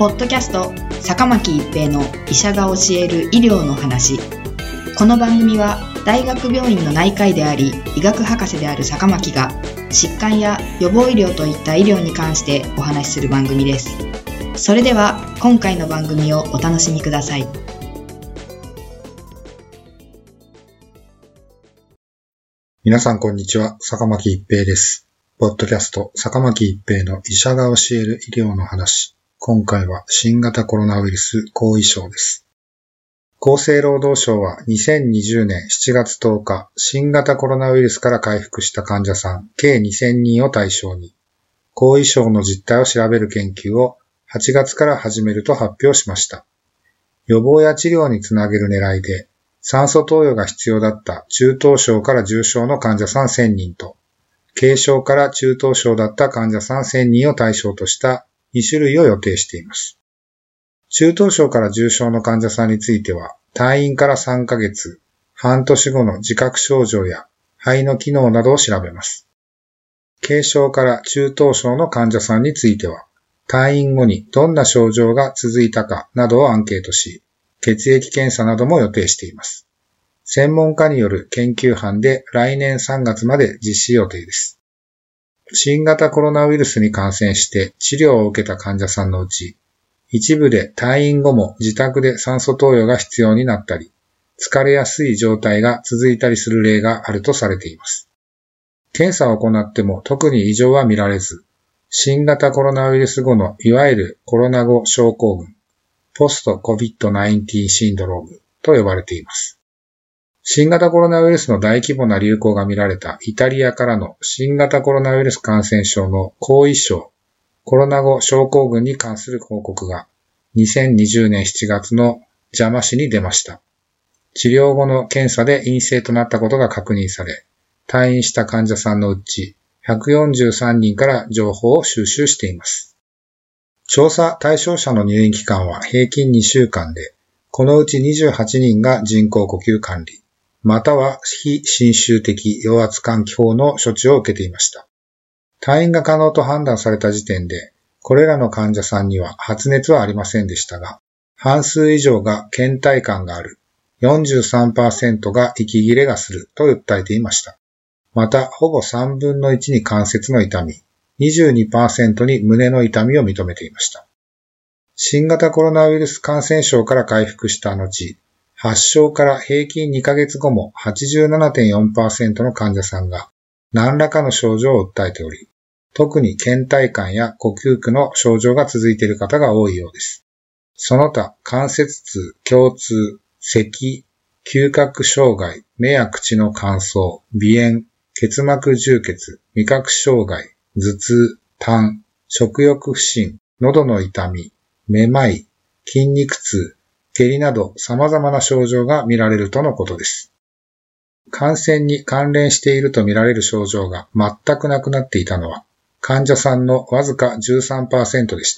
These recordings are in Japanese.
ポッドキャスト坂巻一平の医者が教える医療の話。この番組は大学病院の内科医であり医学博士である坂巻が疾患や予防医療といった医療に関してお話しする番組です。それでは今回の番組をお楽しみください。 皆さんこんにちは、坂巻一平です。ポッドキャスト坂巻一平の医者が教える医療の話。今回は新型コロナウイルス後遺症です。厚生労働省は2020年7月10日、新型コロナウイルスから回復した患者さん計2000人を対象に、後遺症の実態を調べる研究を8月から始めると発表しました。予防や治療につなげる狙いで、酸素投与が必要だった中等症から重症の患者さん1000人と、軽症から中等症だった患者さん1000人を対象とした2種類を予定しています。中等症から重症の患者さんについては、退院から3ヶ月、半年後の自覚症状や肺の機能などを調べます。軽症から中等症の患者さんについては、退院後にどんな症状が続いたかなどをアンケートし、血液検査なども予定しています。専門家による研究班で来年3月まで実施予定です。新型コロナウイルスに感染して治療を受けた患者さんのうち、一部で退院後も自宅で酸素投与が必要になったり、疲れやすい状態が続いたりする例があるとされています。検査を行っても特に異常は見られず、新型コロナウイルス後のいわゆるコロナ後症候群、ポスト COVID-19 シンドロームと呼ばれています。新型コロナウイルスの大規模な流行が見られたイタリアからの新型コロナウイルス感染症の後遺症、コロナ後症候群に関する報告が2020年7月のJAMA誌に出ました。治療後の検査で陰性となったことが確認され、退院した患者さんのうち143人から情報を収集しています。調査対象者の入院期間は平均2週間で、このうち28人が人工呼吸管理、または非侵襲的陽圧換気法の処置を受けていました。退院が可能と判断された時点で、これらの患者さんには発熱はありませんでしたが、半数以上が倦怠感がある、43% が息切れがすると訴えていました。また、ほぼ3分の1に関節の痛み、22% に胸の痛みを認めていました。新型コロナウイルス感染症から回復した後、発症から平均2ヶ月後も 87.4% の患者さんが何らかの症状を訴えており、特に倦怠感や呼吸苦の症状が続いている方が多いようです。その他、関節痛、胸痛、咳、嗅覚障害、目や口の乾燥、鼻炎、結膜充血、味覚障害、頭痛、痰、食欲不振、喉の痛み、めまい、筋肉痛、下痢など様々な症状が見られるとのことです。感染に関連していると見られる症状が全くなくなっていたのは、患者さんのわずか 13% でした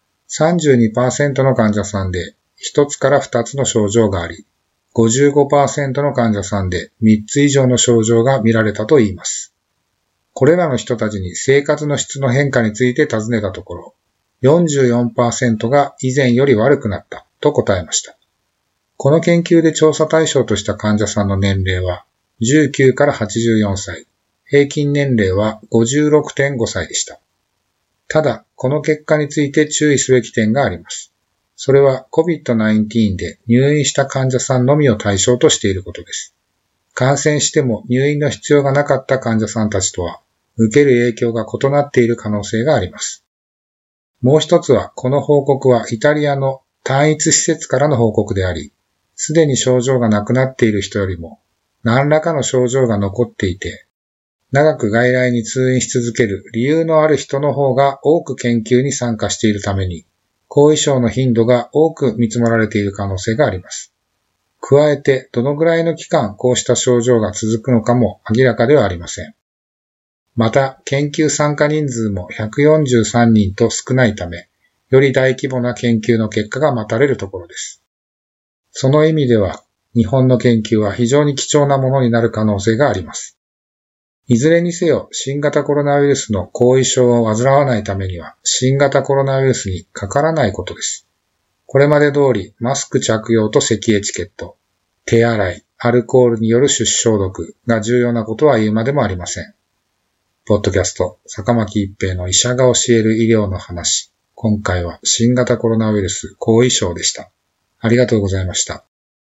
。32% の患者さんで1つから2つの症状があり、55% の患者さんで3つ以上の症状が見られたといいます。これらの人たちに生活の質の変化について尋ねたところ、44% が以前より悪くなったと答えました。この研究で調査対象とした患者さんの年齢は19から84歳、平均年齢は 56.5 歳でした。ただ、この結果について注意すべき点があります。それは COVID-19 で入院した患者さんのみを対象としていることです。感染しても入院の必要がなかった患者さんたちとは、受ける影響が異なっている可能性があります。もう一つは、この報告はイタリアの単一施設からの報告であり、すでに症状がなくなっている人よりも、何らかの症状が残っていて、長く外来に通院し続ける理由のある人の方が多く研究に参加しているために、後遺症の頻度が多く見積もられている可能性があります。加えて、どのぐらいの期間こうした症状が続くのかも明らかではありません。また、研究参加人数も143人と少ないため、より大規模な研究の結果が待たれるところです。その意味では、日本の研究は非常に貴重なものになる可能性があります。 いずれにせよ新型コロナウイルスの後遺症を患わないためには新型コロナウイルスにかからないことです。これまで通りマスク着用と咳エチケット、手洗い、アルコールによる手指消毒が重要なことは言うまでもありません。ポッドキャスト、坂巻一平の医者が教える医療の話。今回は新型コロナウイルス後遺症でした。ありがとうございました。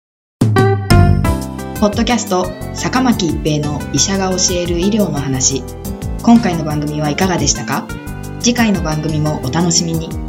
ポッドキャスト、坂巻一平の医者が教える医療の話。今回の番組はいかがでしたか？次回の番組もお楽しみに。